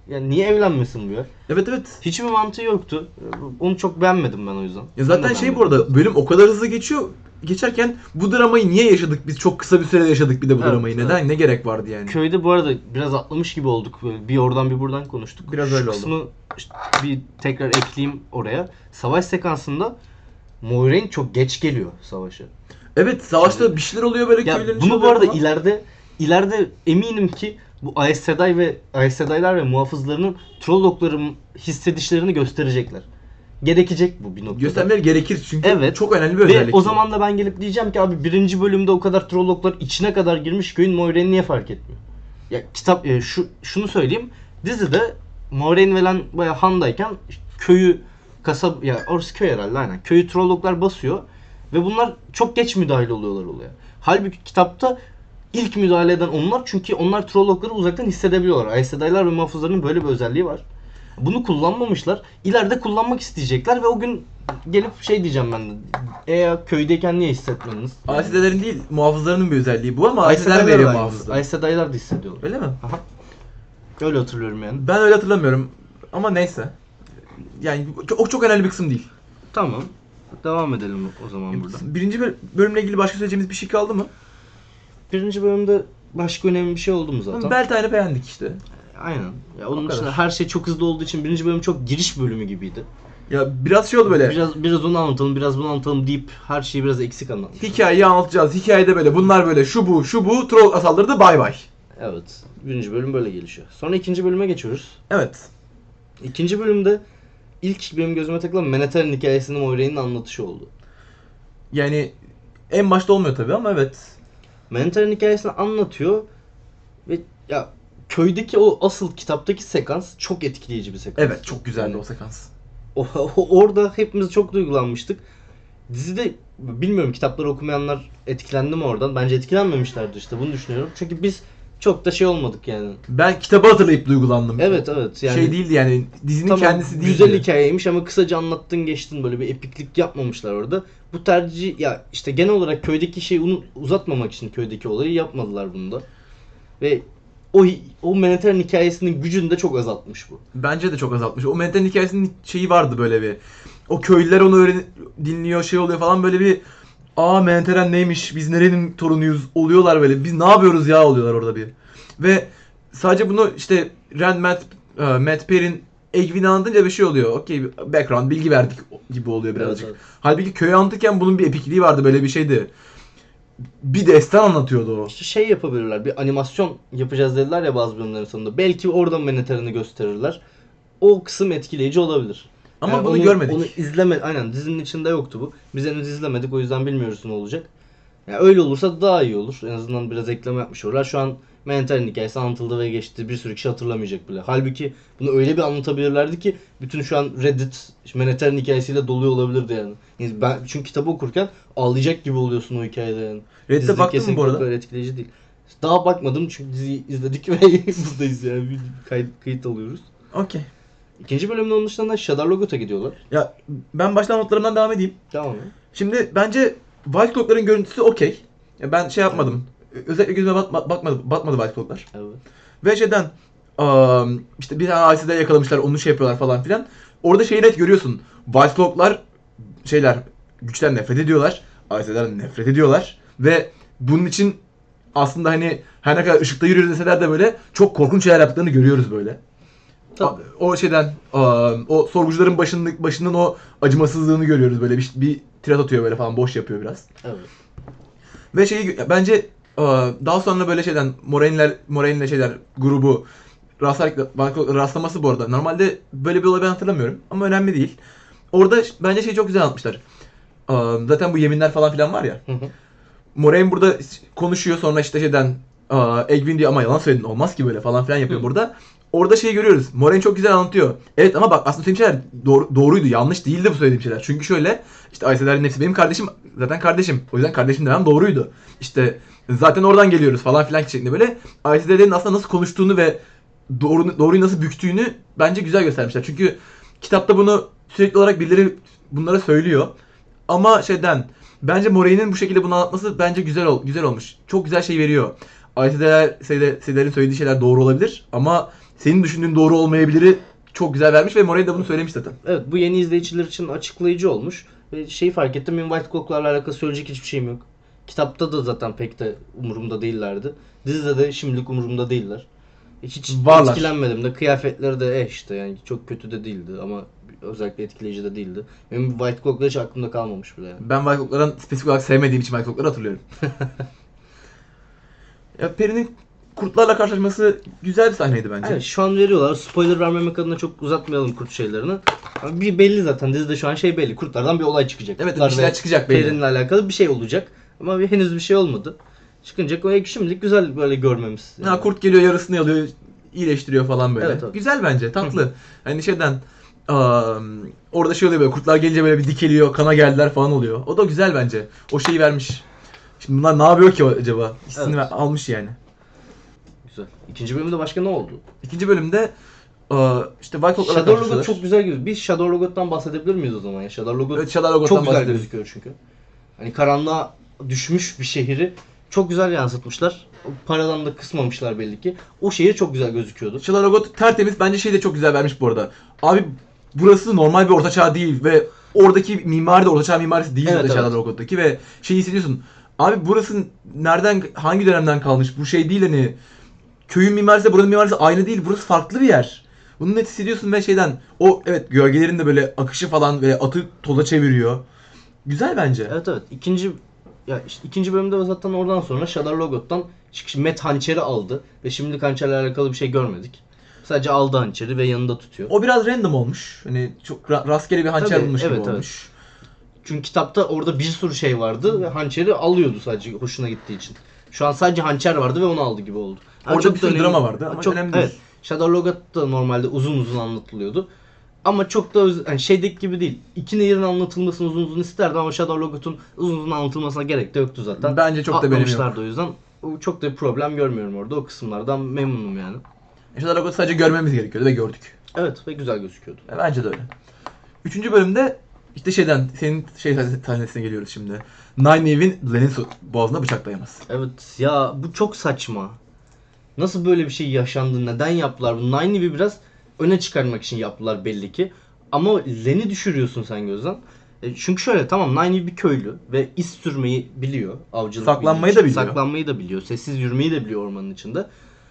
Yani niye evlenmesin bu ya? Evet evet. Hiçbir mantığı yoktu. Onu çok beğenmedim ben o yüzden. Ya zaten Ben de şey bu beğenmedim. arada bölüm o kadar hızlı geçiyor. Geçerken bu dramayı niye yaşadık biz? Çok kısa bir sürede yaşadık bir de bu Evet, dramayı. Neden? evet. Ne gerek vardı yani? Köyde bu arada biraz atlamış gibi olduk. Böyle bir oradan bir buradan konuştuk. Biraz Şu öyle oldu. kısmı işte bir tekrar ekleyeyim oraya. Savaş sekansında Moiraine çok geç geliyor savaşa. Evet savaşta bir şeyler oluyor böyle Ya köylerin bunu bu içinde arada falan. ileride eminim ki bu Aes Sedai ve Aes Sedai'ler ve muhafızlarının Trollocs hissedişlerini gösterecekler. Gerekecek bu bir noktada. Göstermeleri gerekir çünkü Evet. çok önemli bir Ve özellik. o bu. zaman da ben gelip diyeceğim ki abi birinci bölümde o kadar Trollocs'lar içine kadar girmiş köyün Moiraine'i niye fark etmiyor? Ya kitap şunu söyleyeyim. Dizide Moiraine ve Lan bayağı Han'dayken köyü ya orası köy herhalde aynen. Köyü Trollocs'lar basıyor ve bunlar çok geç müdahale oluyorlar olaya. Halbuki kitapta ilk müdahale eden onlar çünkü onlar Trollocs'ları uzaktan hissedebiliyorlar. Aes Sedai'ler ve muhafızlarının böyle bir özelliği var. Bunu kullanmamışlar. İleride kullanmak isteyecekler ve o gün gelip şey diyeceğim ben de. Köydeyken niye hissetmediniz? Aes Sedai'lerin değil muhafızlarının bir özelliği bu ama Aes Aes Sedai'ler Sedai'ler veriyor de muhafızları. Aes Sedai'ler de hissediyorlar. Öyle mi? Aha. Öyle hatırlıyorum yani. Ben öyle hatırlamıyorum ama neyse. Yani çok önemli bir kısım değil. Tamam. Devam edelim o zaman burada. Birinci bölümle ilgili başka söyleyeceğimiz bir şey kaldı mı? Birinci bölümde başka önemli bir şey oldu mu zaten? Beltane'ı beğendik işte. Aynen. Ya onun O kadar. dışında her şey çok hızlı olduğu için birinci bölüm çok giriş bölümü gibiydi. Ya biraz şey oldu böyle. Biraz onu anlatalım, biraz bunu anlatalım deyip her şeyi biraz eksik anlatmış. Hikayeyi anlatacağız. Hikayede böyle bunlar böyle şu bu troll saldırdı bay bay. Evet. Birinci bölüm böyle gelişiyor. Sonra ikinci bölüme geçiyoruz. Evet. İkinci bölümde ilk benim gözüme takılan Meneter'in hikayesini Moiraine'in anlatışı oldu. Yani en başta olmuyor tabii ama evet. Meneter'in hikayesini anlatıyor ve ya köydeki o asıl kitaptaki sekans çok etkileyici bir sekans. Evet çok güzeldi Yani o sekans. orada hepimiz çok duygulanmıştık. Dizide bilmiyorum kitapları okumayanlar etkilendi mi oradan? Bence etkilenmemişlerdir işte bunu düşünüyorum. Çünkü biz çok da şey olmadık yani. Ben kitabı hatırlayıp duygulandım. Evet evet yani. Şey değildi yani dizinin Tamam, kendisi değildi. güzel hikayeymiş ama kısaca anlattın geçtin böyle bir epiklik yapmamışlar orada. Bu tercih ya işte genel olarak köydeki şeyi uzatmamak için köydeki olayı yapmadılar bunu da. Ve o Meneter'in hikayesinin gücünü de çok azaltmış bu. Bence de çok azaltmış. O Mentel'in hikayesinin şeyi vardı böyle bir. O köylüler onu dinliyor şey oluyor falan böyle bir Menteren neymiş biz nerenin torunuyuz oluyorlar böyle. Biz ne yapıyoruz ya oluyorlar orada bir. Ve sadece bunu işte Matt Perry'in Egwin'i anlatınca bir şey oluyor. Okey background bilgi verdik gibi oluyor birazcık. Evet, evet. Halbuki köyü anlatırken bunun bir epikliği vardı böyle bir şeydi. Bir destan anlatıyordu o. İşte şey yapabilirler. Bir animasyon yapacağız dediler ya bazı bölümlerin sonunda. Belki oradan Meneter'ini gösterirler. O kısım etkileyici olabilir. Ama Yani bunu görmedik. Onu aynen dizinin içinde yoktu bu. Biz henüz izlemedik o yüzden bilmiyoruz ne olacak. Yani öyle olursa daha iyi olur. En azından biraz ekleme yapmış olurlar. Şu an Meneter'in hikayesi anlatıldı ve geçti. Bir sürü kişi hatırlamayacak bile. Halbuki bunu öyle bir anlatabilirlerdi ki bütün şu an Reddit Meneter'in hikayesiyle doluyor olabilirdi yani. Ben çünkü kitabı okurken ağlayacak gibi oluyorsun o hikayede yani. Reddit'e Dizide baktın mı kesinlikle bu o arada? kadar etkileyici değil. Daha bakmadım çünkü diziyi izledik ve buradayız yani. Bir kayıt alıyoruz. Okey. İkinci bölümde onun dışında Shadar-Logoth'a gidiyorlar. Ya ben baştan notlarımdan devam edeyim. Tamam mı? Şimdi bence Wild Clock'ların görüntüsü okey. Ya ben şey yapmadım. Özellikle gözüme batmadı Wild Clock'lar. Evet. Ve şeyden işte bir tane IC'de yakalamışlar onu şey yapıyorlar falan filan. Orada şeyi net görüyorsun. Wild Clock'lar güçten nefret ediyorlar. IC'den nefret ediyorlar. Ve bunun için aslında hani her ne kadar ışıkta yürüyoruz deseler de böyle çok korkunç şeyler yaptıklarını görüyoruz böyle. Tabii. O şeyden o sorgucuların başının o acımasızlığını görüyoruz böyle bir tirat atıyor böyle falan boş yapıyor biraz. Evet. Ve bence daha sonra böyle Moraine'le grubu rastlaması bu arada. Normalde böyle bir olay ben hatırlamıyorum ama önemli değil. Orada bence çok güzel anlatmışlar. Zaten bu yeminler falan filan var ya. Hı hı. Moraine burada konuşuyor sonra işte Egwin diyor ama yalan söyledin olmaz ki böyle falan filan yapıyor burada. Orada şeyi görüyoruz. Moraine çok güzel anlatıyor. Evet ama bak aslında söylediğim şeyler doğruydu. Yanlış değildi bu söylediğim şeyler. Çünkü şöyle işte Aes Sedai'lerin hepsi benim kardeşim. Zaten kardeşim. O yüzden kardeşim demem doğruydu. İşte zaten oradan geliyoruz falan filan şeklinde böyle. Aes Sedai'lerin aslında nasıl konuştuğunu ve doğruyu nasıl büktüğünü bence güzel göstermişler. Çünkü kitapta bunu sürekli olarak birileri bunlara söylüyor. Ama bence Moraine'in bu şekilde bunu anlatması bence güzel olmuş. Çok güzel şey veriyor. Aes Sedai'lerin söylediği şeyler doğru olabilir ama senin düşündüğün doğru olmayabiliri çok güzel vermiş ve Moray da bunu söylemiş zaten. Evet, bu yeni izleyiciler için açıklayıcı olmuş. Ve şeyi fark ettim, benim White Cloak'larla alakalı söyleyecek hiçbir şeyim yok. Kitapta da zaten pek de umurumda değillerdi. Dizide de şimdilik umurumda değiller. Hiç Varlar. etkilenmedim de, kıyafetleri de işte yani çok kötü de değildi ama özellikle etkileyici de değildi. Benim White Cloak'lar hiç aklımda kalmamış bile yani. Ben White Cloak'ların spesifik olarak sevmediğim için White Cloak'ları hatırlıyorum. Ya Peri'nin kurtlarla karşılaşması güzel bir sahneydi bence. Evet, şu an veriyorlar. Spoiler vermemek adına çok uzatmayalım kurt şeylerini. Ama bir belli zaten, dizide şu an şey belli. Kurtlardan bir olay çıkacak. Evet, Kurtlar bir şeyler ve çıkacak belli. Peri'ninle alakalı bir şey olacak. Ama henüz bir şey olmadı. Çıkınca şimdilik güzel böyle görmemiz. Ha, kurt geliyor, yarısını alıyor, iyileştiriyor falan böyle. Evet, evet. Güzel bence, tatlı. Hani şeyden orada şey oluyor böyle, kurtlar gelince böyle bir dikeliyor, kana geldiler falan oluyor. O da güzel bence. O şeyi vermiş. Şimdi bunlar ne yapıyor ki acaba? Hissini Evet. almış yani. Güzel. İkinci bölümde başka ne oldu? İkinci bölümde işte White Cloak'larla Shadow Logot karşılaşıyorlar. çok güzel gözüküyor. Biz Shadow Logot'tan bahsedebilir miyiz o zaman ya? Shadow Logot Evet, Shadow Logot'tan çok güzel bahsedelim. gözüküyor çünkü. Hani karanlığa düşmüş bir şehri çok güzel yansıtmışlar. Paradan da kısmamışlar belli ki. O şehir çok güzel gözüküyordu. Shadow Logot tertemiz, bence şey de çok güzel vermiş bu arada. Abi burası normal bir ortaçağ değil ve oradaki mimari de ortaçağ mimarisi değil Evet, zaten Shadow evet. Logot'taki ve şeyi hissediyorsun. Abi burası nereden, hangi dönemden kalmış, bu şey değil hani, köyün mimarisi de buranın mimarisi aynı değil, burası farklı bir yer. Bunu net hissediyorsun ve şeyden, o evet gölgelerin de böyle akışı falan ve atı toza çeviriyor. Güzel bence. Evet evet. İkinci bölümde zaten oradan sonra Shadow Logot'tan çıkış Met hançeri aldı ve şimdilik hançerle alakalı bir şey görmedik. Sadece aldı hançeri ve yanında tutuyor. O biraz random olmuş. Hani çok rastgele bir hançer Tabii, bulmuş gibi evet, olmuş. Çünkü kitapta orada bir sürü şey vardı ve hançeri alıyordu sadece hoşuna gittiği için. Şu an sadece hançer vardı ve onu aldı gibi oldu. Orada çok bir da sürü drama vardı ama önemli değil. Evet. Shadow Logot da normalde uzun uzun anlatılıyordu. Ama çok da yani şeydeki gibi değil. İki nehirin anlatılmasını uzun uzun isterdi ama Shadow Logot'un uzun uzun anlatılmasına gerek de yoktu zaten. Bence çok da benim yok. Atlamışlardı o yüzden. Çok da bir problem görmüyorum orada. O kısımlardan memnunum yani. Shadow Logot'u sadece görmemiz gerekiyordu ve gördük. Evet ve güzel gözüküyordu. Bence de öyle. Üçüncü bölümde işte senin sahnesine geliyoruz şimdi. Nynaeve'in Len'in boğazına bıçak dayamaz. Evet ya, bu çok saçma. Nasıl böyle bir şey yaşandı? Neden yaptılar bunu? Nynaeve'i biraz öne çıkarmak için yaptılar belli ki. Ama Len'i düşürüyorsun sen gözden. Çünkü şöyle, tamam, Nynaeve bir köylü ve iz sürmeyi biliyor. Avcılık Saklanmayı bildiği da için. biliyor. Saklanmayı da biliyor. Sessiz yürümeyi de biliyor ormanın içinde.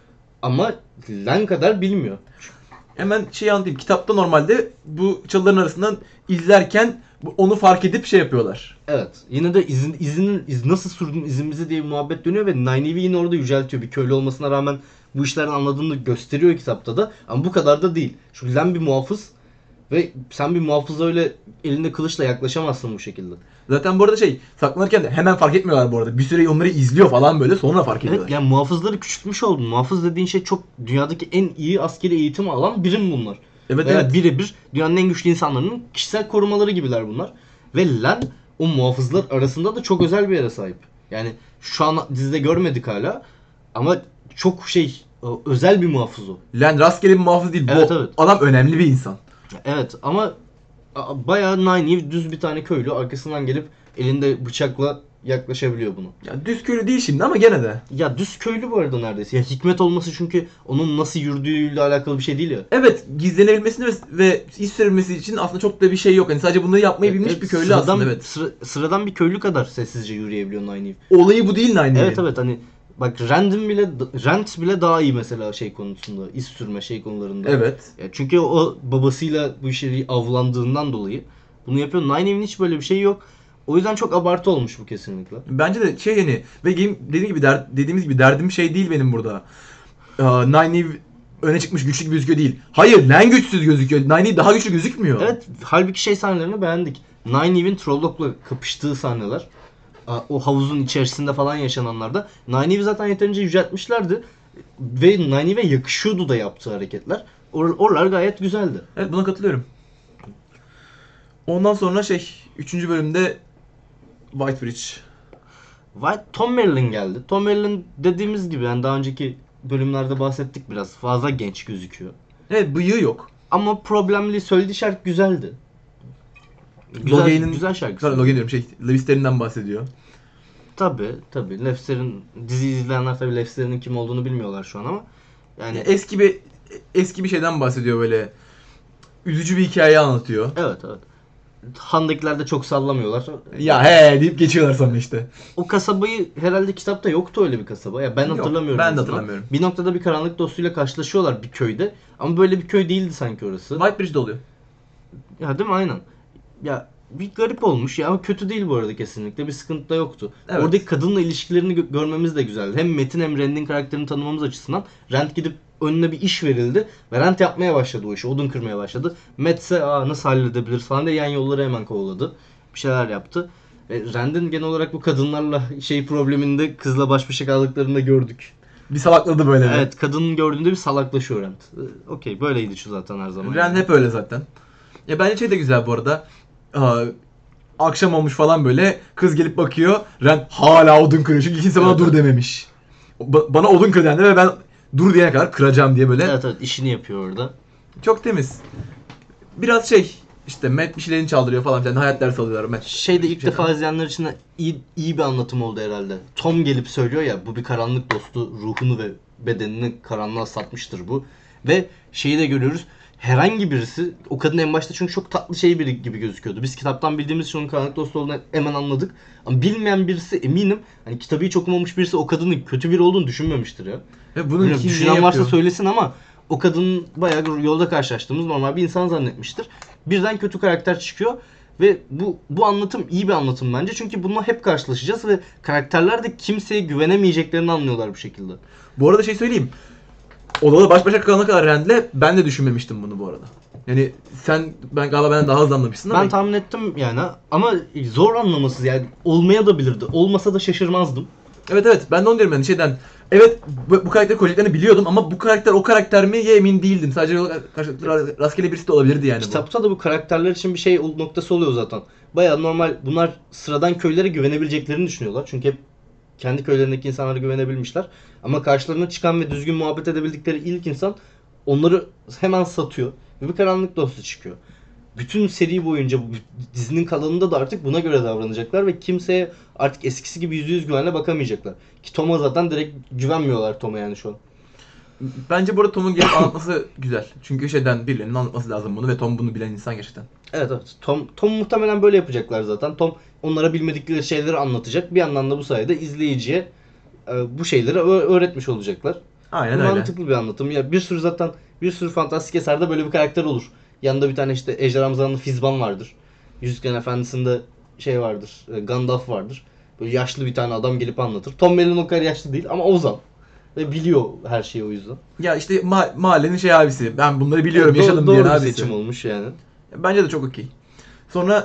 Ama Len kadar bilmiyor. Hemen şeyi anlatayım. Kitapta normalde bu çalıların arasından izlerken onu fark edip şey yapıyorlar. Evet. Yine de nasıl sürdün izimizi diye bir muhabbet dönüyor ve Nynaeve'i yine orada yüceltiyor. Bir köylü olmasına rağmen bu işlerin anladığını gösteriyor kitapta da. Ama bu kadar da değil. Çünkü Len bir muhafız ve sen bir muhafıza öyle elinde kılıçla yaklaşamazsın bu şekilde. Zaten bu arada saklanırken de hemen fark etmiyorlar bu arada. Bir süre onları izliyor falan böyle, sonra fark ediyorlar. Evet, yani muhafızları küçültmüş oldun. Muhafız dediğin şey çok dünyadaki en iyi askeri eğitim alan birim bunlar. Evet, Veya evet. birebir dünyanın en güçlü insanların kişisel korumaları gibiler bunlar. Ve Len o muhafızlar arasında da çok özel bir yere sahip. Yani şu an dizide görmedik hala ama çok özel bir muhafız o. Len rastgele bir muhafız değil. Evet, Bu evet. adam önemli bir insan. Evet ama bayağı Nynaeve düz bir tane köylü, arkasından gelip elinde bıçakla yaklaşabiliyor bunu. Ya düz köylü değil şimdi ama gene de. Ya düz köylü bu arada neredeyse. Ya hikmet olması çünkü onun nasıl yürüdüğüyle alakalı bir şey değil ya. Evet, gizlenebilmesini ve iz sürülmesi için aslında çok da bir şey yok. Hani sadece bunları yapmayı bilmiş Evet, bir köylü aslında, evet. Sıradan bir köylü kadar sessizce yürüyebiliyor Nynaeve. Olayı bu değil Nynaeve'in. Evet evet, hani bak Rand bile daha iyi mesela şey konusunda, iz sürme konularında. Evet. Ya çünkü o babasıyla bu işleri avlandığından dolayı bunu yapıyor. Nynaeve'in hiç böyle bir şey yok. O yüzden çok abartı olmuş bu kesinlikle. Bence de hani ve dediğimiz gibi derdim şey değil benim burada. Nynaeve öne çıkmış güçlü gibi gözüküyor değil. Hayır, Len güçsüz gözüküyor. Nynaeve daha güçlü gözükmüyor. Evet, halbuki sahnelerini beğendik. Nynaeve'in Trollocs'la kapıştığı sahneler, o havuzun içerisinde falan yaşananlarda Nynaeve'i zaten yeterince yüceltmişlerdi ve Nynaeve'e yakışıyordu da yaptığı hareketler. Oralar gayet güzeldi. Evet, buna katılıyorum. Ondan sonra 3. bölümde Whitebridge. Tom Merrilyn geldi. Tom Merrilyn dediğimiz gibi yani daha önceki bölümlerde bahsettik, biraz fazla genç gözüküyor. Evet, bıyığı yok. Ama problemli, söylediği şarkı güzeldi. Güzel şarkı. Sonra Logain diyorum, Lewis'lerinden bahsediyor. Tabii. Lefster'in, dizi izleyenler tabii Lefster'in kim olduğunu bilmiyorlar şu an ama yani Eski bir eski bir şeyden bahsediyor böyle. Üzücü bir hikaye anlatıyor. Evet. Han'dakiler de çok sallamıyorlar. Ya he deyip geçiyorlar sonra işte. O kasabayı herhalde kitapta yoktu öyle bir kasaba. Ya ben Yok, hatırlamıyorum. ben en de azından. hatırlamıyorum. Bir noktada bir karanlık dostuyla karşılaşıyorlar bir köyde. Ama böyle bir köy değildi sanki orası. Whitebridge'de oluyor. Ya değil mi? Aynen. Ya bir garip olmuş ya ama kötü değil bu arada kesinlikle. Bir sıkıntı da yoktu. Evet. Oradaki kadınla ilişkilerini görmemiz de güzeldi. Hem Metin hem Rand'in karakterini tanımamız açısından. Rand gidip önüne bir iş verildi ve Rand yapmaya başladı o işi. Odun kırmaya başladı. Matt ise nasıl halledebiliriz falan diye yan yolları hemen kovaladı. Bir şeyler yaptı. Rand'in genel olarak bu kadınlarla probleminde kızla baş başa kaldıklarını da gördük. Bir salakladı böyle. Evet, kadının gördüğünde bir salaklaşıyor Rand. Okey, böyleydi şu zaten her zaman. Ren hep öyle zaten. Ya bence şey de güzel bu arada. Akşam olmuş falan böyle. Kız gelip bakıyor. Ren hala odun kırıyor. Çünkü kimse bana Evet, dur evet. dememiş. Bana odun kır dendi ve ben dur diyene kadar kıracağım diye böyle. Evet, işini yapıyor orada. Çok temiz. Biraz işte Matt bir şeylerini çaldırıyor falan filan. Hayat dersi alıyorlar Matt. Şeyde ilk defa izleyenler için de iyi bir anlatım oldu herhalde. Tom gelip söylüyor ya, bu bir karanlık dostu, ruhunu ve bedenini karanlığa satmıştır bu. Ve şeyi de görüyoruz. Herhangi birisi, o kadın en başta çünkü çok tatlı biri gibi gözüküyordu. Biz kitaptan bildiğimiz için onun karanlık dostu olduğunu hemen anladık. Ama bilmeyen birisi, eminim hani kitabı hiç okumamış birisi o kadının kötü biri olduğunu düşünmemiştir ya. Ve bunun Bilmiyorum, kim ne düşünen varsa yapıyor? söylesin ama o kadının bayağı yolda karşılaştığımız normal bir insan zannetmiştir. Birden kötü karakter çıkıyor ve bu anlatım iyi bir anlatım bence. Çünkü bununla hep karşılaşacağız ve karakterler de kimseye güvenemeyeceklerini anlıyorlar bu şekilde. Bu arada söyleyeyim. Odada baş başa kalana kadar Rand'le ben de düşünmemiştim bunu bu arada. Yani ben galiba benden daha hızlı anlamışsın ama Ben tahmin ettim yani ama zor anlaması, yani olmaya da bilirdi. Olmasa da şaşırmazdım. evet ben de onu diyorum yani evet bu karakter koyacaklarını biliyordum ama bu karakter o karakter mi ya emin değildim. Sadece rastgele birisi de olabilirdi yani bu. Kitapta da bu karakterler için bir noktası oluyor zaten. Bayağı normal, bunlar sıradan köylere güvenebileceklerini düşünüyorlar. Çünkü hep kendi köylerindeki insanlara güvenebilmişler. Ama karşılarına çıkan ve düzgün muhabbet edebildikleri ilk insan onları hemen satıyor. Ve bir karanlık dostu çıkıyor. Bütün seri boyunca bu dizinin kalanında da artık buna göre davranacaklar ve kimseye artık eskisi gibi %100 güvenle bakamayacaklar. Ki Tom'a zaten direkt güvenmiyorlar Tom'a yani şu an. Bence burada Tom'un gelip anlatması güzel. Çünkü birilerinin anlatması lazım bunu ve Tom bunu bilen insan gerçekten. Evet. Tom muhtemelen böyle yapacaklar zaten. Tom onlara bilmedikleri şeyleri anlatacak. Bir yandan da bu sayede izleyiciye bu şeyleri öğretmiş olacaklar. Aynen Bu öyle. mantıklı bir anlatım. Ya bir sürü fantastik eserde böyle bir karakter olur. Yanında bir tane Ejderhamza'nın Fizban vardır. Yüzüklerin Efendisi'nde vardır. Gandalf vardır. Böyle yaşlı bir tane adam gelip anlatır. Tom Merril'in o kadar yaşlı değil ama ozan. Ve biliyor her şeyi o yüzden. Ya işte mahallenin abisi. Ben bunları biliyorum, yaşadım Doğru diyen bir abisi. seçim olmuş yani. Bence de çok okey. Sonra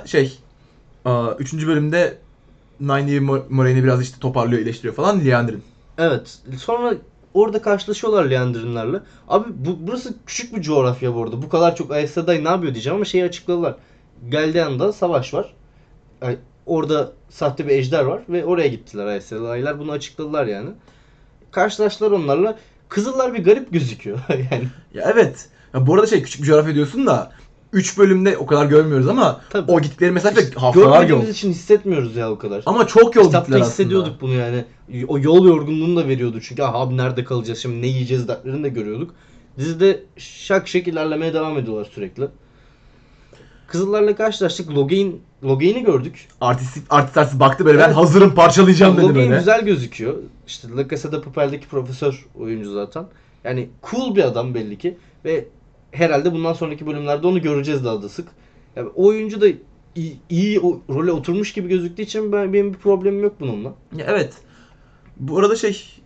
3. bölümde Nynaeve Moiraine'i biraz işte toparlıyor, iyileştiriyor falan Liandrin. Evet. Sonra orada karşılaşıyorlar Leandrinlerle. Abi burası küçük bir coğrafya bu arada. Bu kadar çok Aes Sedai ne yapıyor diyeceğim ama açıkladılar. Galdean'da savaş var. Yani orada sahte bir ejder var ve oraya gittiler Aes Sedai'ler. Bunu açıkladılar yani. Karşılaştılar onlarla. Kızıllar bir garip gözüküyor yani. Ya evet. Ya bu arada küçük bir coğrafya diyorsun da 3 bölümde o kadar görmüyoruz ama Tabii. o gittikleri mesafe haftalar yol. Görmediğimiz için hissetmiyoruz ya o kadar. Ama çok yol Kitapta gittiler aslında. hissediyorduk bunu yani. O yol yorgunluğunu da veriyordu çünkü abi nerede kalacağız şimdi, ne yiyeceğiz dertlerini de görüyorduk. Dizide şak ilerlemeye devam ediyorlar sürekli. Kızıllarla karşılaştık. Loghain'i gördük. Artist baktı böyle, ben Evet. hazırım parçalayacağım dedi Loghain böyle. güzel gözüküyor. İşte La Casa de Papel'deki profesör oyuncu zaten. Yani cool bir adam belli ki ve herhalde bundan sonraki bölümlerde onu göreceğiz daha da sık. Yani o oyuncu da iyi o role oturmuş gibi gözüktüğü için benim bir problemim yok bununla. Ya evet. Bu arada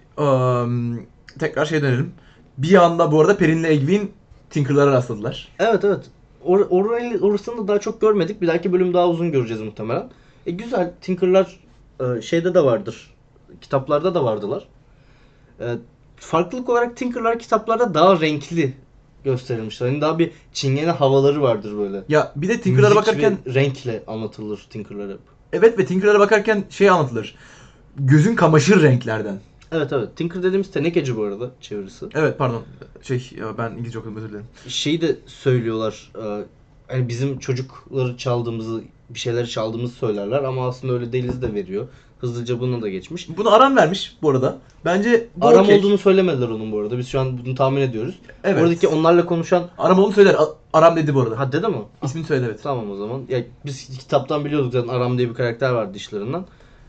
tekrar dönelim. Bir anda bu arada Perin'le Egwene Tinker'lara rastladılar. Evet. Orasını da daha çok görmedik. Bir dahaki bölüm daha uzun göreceğiz muhtemelen. Güzel. Tinker'lar şeyde de vardır. Kitaplarda da vardılar. Farklılık olarak Tinker'lar kitaplarda daha renkli gösterilmişler. Hani daha bir çingene havaları vardır böyle. Ya bir de Tinker'lara Müzik bakarken ve renkle anlatılır Tinker'lar hep. evet ve Tinker'lara bakarken anlatılır. Gözün kamaşır renklerden. Evet. Tinker dediğimiz tenekeci bu arada çevirisi. Evet pardon. Ben İngilizce okudum, özür dilerim. Şeyi de söylüyorlar. Hani bizim çocukları çaldığımızı, bir şeyleri çaldığımızı söylerler ama aslında öyle değiliz de veriyor. Hızlıca buna da geçmiş. Bunu Aram vermiş bu arada. Bence bu Aram okey. olduğunu söylemediler onun bu arada. Biz şu an bunu tahmin ediyoruz. Evet. Oradaki onlarla konuşan... Aram onu söyler. Aram dedi bu arada. Ha dedi mi? İsmini söyledi evet. Tamam o zaman. Ya biz kitaptan biliyorduk zaten Aram diye bir karakter vardı dışlarından.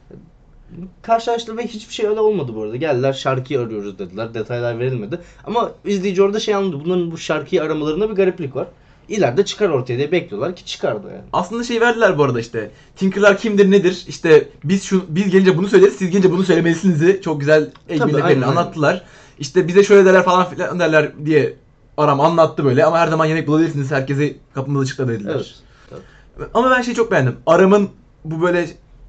Karşılaştı ve hiçbir şey öyle olmadı bu arada. Geldiler şarkıyı arıyoruz dediler. Detaylar verilmedi. Ama izleyici orada şey anladı. Bunların bu şarkıyı aramalarında bir gariplik var. İleride çıkar ortaya diye bekliyorlar ki çıkardı yani. Aslında şey verdiler bu arada işte. Tinker'lar kimdir nedir? İşte biz gelince bunu söyleriz, siz gelince bunu söylemelisinizi çok güzel bilgilerini anlattılar. İşte bize şöyle derler falan filan derler diye Aram anlattı böyle ama her zaman yemek bulabilirsiniz. Herkese kapımız açıkta dediler. Evet. Tabii. Ama ben şeyi çok beğendim. Aram'ın bu böyle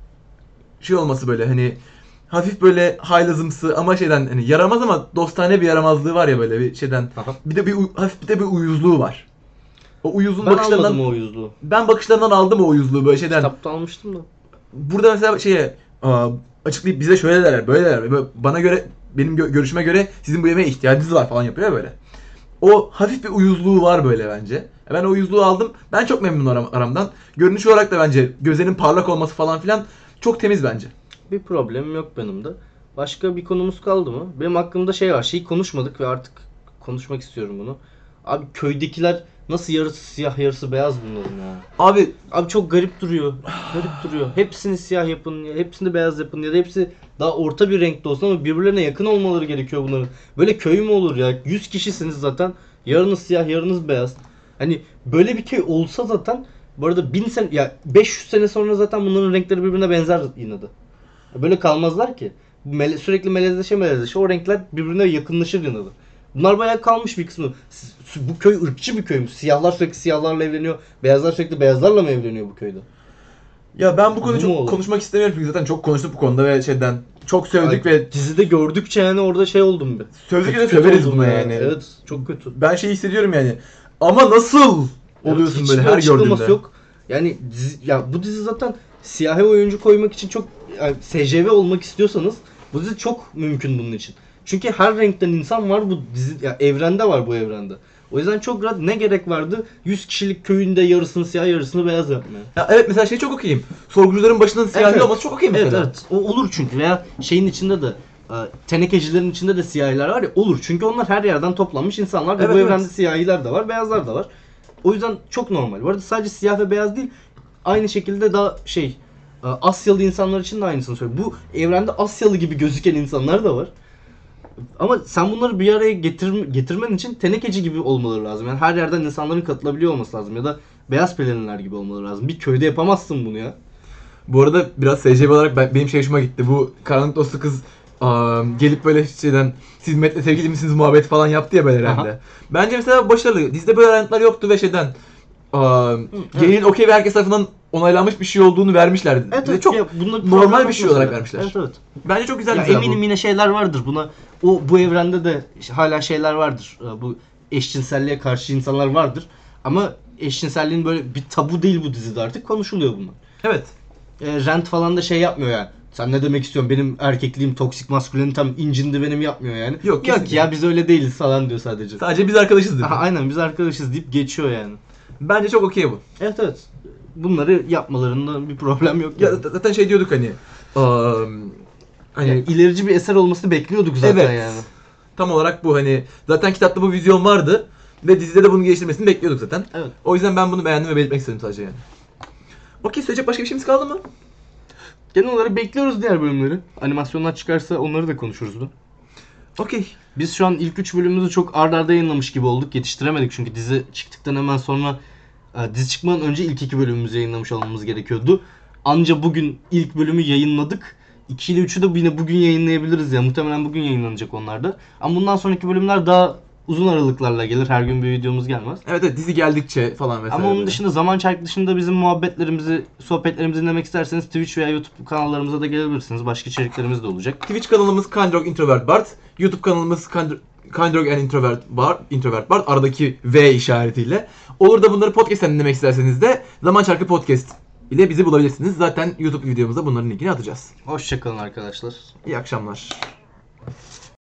şey olması böyle hani hafif böyle haylazımsı ama şeyden hani yaramaz ama dostane bir yaramazlığı var ya böyle bir şeyden. Aha. Bir de hafif bir uyuzluğu var. O uyuzluğun Ben bakışlarından almadım o uyuzluğu. ben bakışlarından aldım o uyuzluğu böyle şeyden. Kitapta almıştım da. Burada mesela açıklayıp bize şöyle derler, böyle derler. Böyle bana göre, benim görüşüme göre sizin bu yemeğe ihtiyacınız var falan yapıyor ya böyle. O hafif bir uyuzluğu var böyle bence. Ben o uyuzluğu aldım. Ben çok memnunum Aram'dan. Görünüş olarak da bence gözlerinin parlak olması falan filan çok temiz bence. Bir problemim yok benim de. Başka bir konumuz kaldı mı? Benim aklımda şey var. Şeyi konuşmadık ve artık konuşmak istiyorum bunu. Abi köydekiler nasıl yarısı siyah yarısı beyaz bunların ya. Abi Çok garip duruyor. Garip duruyor. Hepsini siyah yapın, hepsini beyaz yapın ya da hepsi daha orta bir renkte olsun ama birbirlerine yakın olmaları gerekiyor bunların. Böyle köy mü olur ya? 100 kişisiniz zaten. Yarınız siyah, yarınız beyaz. Hani böyle bir köy olsa zaten bu arada 1000 sene ya 500 sene sonra zaten bunların renkleri birbirine benzer yine de. Böyle kalmazlar ki. Sürekli melezleşe o renkler birbirine yakınlaşır yine de. Bunlar bayağı kalmış bir kısmı. Bu köy ırkçı bir köy mü? Siyahlar sürekli siyahlarla evleniyor. Beyazlar sürekli beyazlarla mı evleniyor bu köyde? ya ben bu konuyu Bu mu çok olur? konuşmak istemiyorum çünkü zaten çok konuştuk bu konuda ve şeyden çok sövdük ve Dizide gördükçe yani orada şey oldum bir. sövdükçe de Kötü söveriz oldum buna ya. yani. Evet çok kötü. Ben şeyi hissediyorum yani. Ama nasıl oluyorsun Evet, böyle hiçbir her açıklaması gördüğünde? yok. Yani bu dizi zaten siyahi oyuncu koymak için çok yani SJV olmak istiyorsanız bu dizi çok mümkün bunun için. Çünkü her renkten insan var bu dizi ya evrende var bu evrende. O yüzden çok rahat ne gerek vardı 100 kişilik köyünde yarısını siyah yarısını beyaz yapmaya. Ya evet mesela şey çok okeyim. Sorgucuların başının siyahi Evet. olması çok okey mesela. Evet evet. O olur çünkü veya şeyin içinde de tenekecilerin içinde de siyahiler var ya olur. Çünkü onlar her yerden toplanmış insanlar ve Evet, bu evet. evrende siyahiler de var, beyazlar da var. O yüzden çok normal. Bu arada sadece siyah ve beyaz değil. Aynı şekilde daha Asyalı insanlar için de aynısını söylüyorum. Bu evrende Asyalı gibi gözüken insanlar da var. Ama sen bunları bir araya getirmen için tenekeci gibi olmaları lazım. Yani her yerden insanların katılabiliyor olması lazım. Ya da beyaz pelerinler gibi olmaları lazım. Bir köyde yapamazsın bunu ya. Bu arada biraz SCV olarak benim şey hoşuma gitti. Bu karanlık dostu kız gelip böyle şeyden siz Met'le sevgili misiniz muhabbet falan yaptı ya böyle herhalde. Aha. Bence mesela başarılı. Dizide böyle ayrıntılar yoktu ve şeyden gelin okey ve herkes tarafından onaylanmış bir şey olduğunu vermişler. Evet, Bize evet. çok Ya bunda bir normal problem bir şey yok olarak mesela. vermişler. Evet evet. Bence çok güzel Ya mesela eminim bu. yine şeyler vardır buna. Bu evrende de hala şeyler vardır. Bu eşcinselliğe karşı insanlar vardır. Ama eşcinselliğin böyle bir tabu değil bu dizide artık konuşuluyor bunlar. Evet. Rent falan da şey yapmıyor yani. Sen ne demek istiyorsun? Benim erkekliğim, toksik maskülenitem incindi benim yapmıyor yani. Yok, Yok kesinlikle. ya biz öyle değiliz falan diyor sadece. Sadece biz arkadaşız dedi. Aha, aynen biz arkadaşız deyip geçiyor yani. Bence çok okey bu. Evet evet. Bunları yapmalarında bir problem yok. Ya Yani. zaten şey diyorduk hani hani Yani ilerici bir eser olmasını bekliyorduk zaten evet. yani. Tam olarak bu hani zaten kitapta bu vizyon vardı ve dizide de bunu geliştirmesini bekliyorduk zaten. Evet. O yüzden ben bunu beğendim ve belirtmek istedim sadece yani. Okey, söyleyecek başka bir şeyimiz kaldı mı? Genel olarak bekliyoruz diğer bölümleri. Animasyonlar çıkarsa onları da konuşuruz da. Okey. Biz şu an ilk 3 bölümümüzü çok ard arda yayınlamış gibi olduk. Yetiştiremedik çünkü dizi çıktıktan hemen sonra dizi çıkmadan önce ilk 2 bölümümüzü yayınlamış olmamız gerekiyordu. Anca bugün ilk bölümü yayınladık. 2 ile 3'ü de yine bugün yayınlayabiliriz ya. Muhtemelen bugün yayınlanacak onlar da. Ama bundan sonraki bölümler daha uzun aralıklarla gelir. Her gün bir videomuz gelmez. Evet evet, dizi geldikçe falan vesaire. Ama onun böyle. dışında zaman çark dışında bizim muhabbetlerimizi, sohbetlerimizi dinlemek isterseniz Twitch veya YouTube kanallarımıza da gelebilirsiniz. Başka içeriklerimiz de olacak. Twitch kanalımız Kindrog Introvert Bart. YouTube kanalımız Kindrog and Introvert Bart. Aradaki V işaretiyle. Olur da bunları podcast'ten dinlemek isterseniz de Zaman Çarkı Podcast ile bizi bulabilirsiniz. Zaten YouTube videomuzda bunların linkini atacağız. Hoşçakalın arkadaşlar. İyi akşamlar.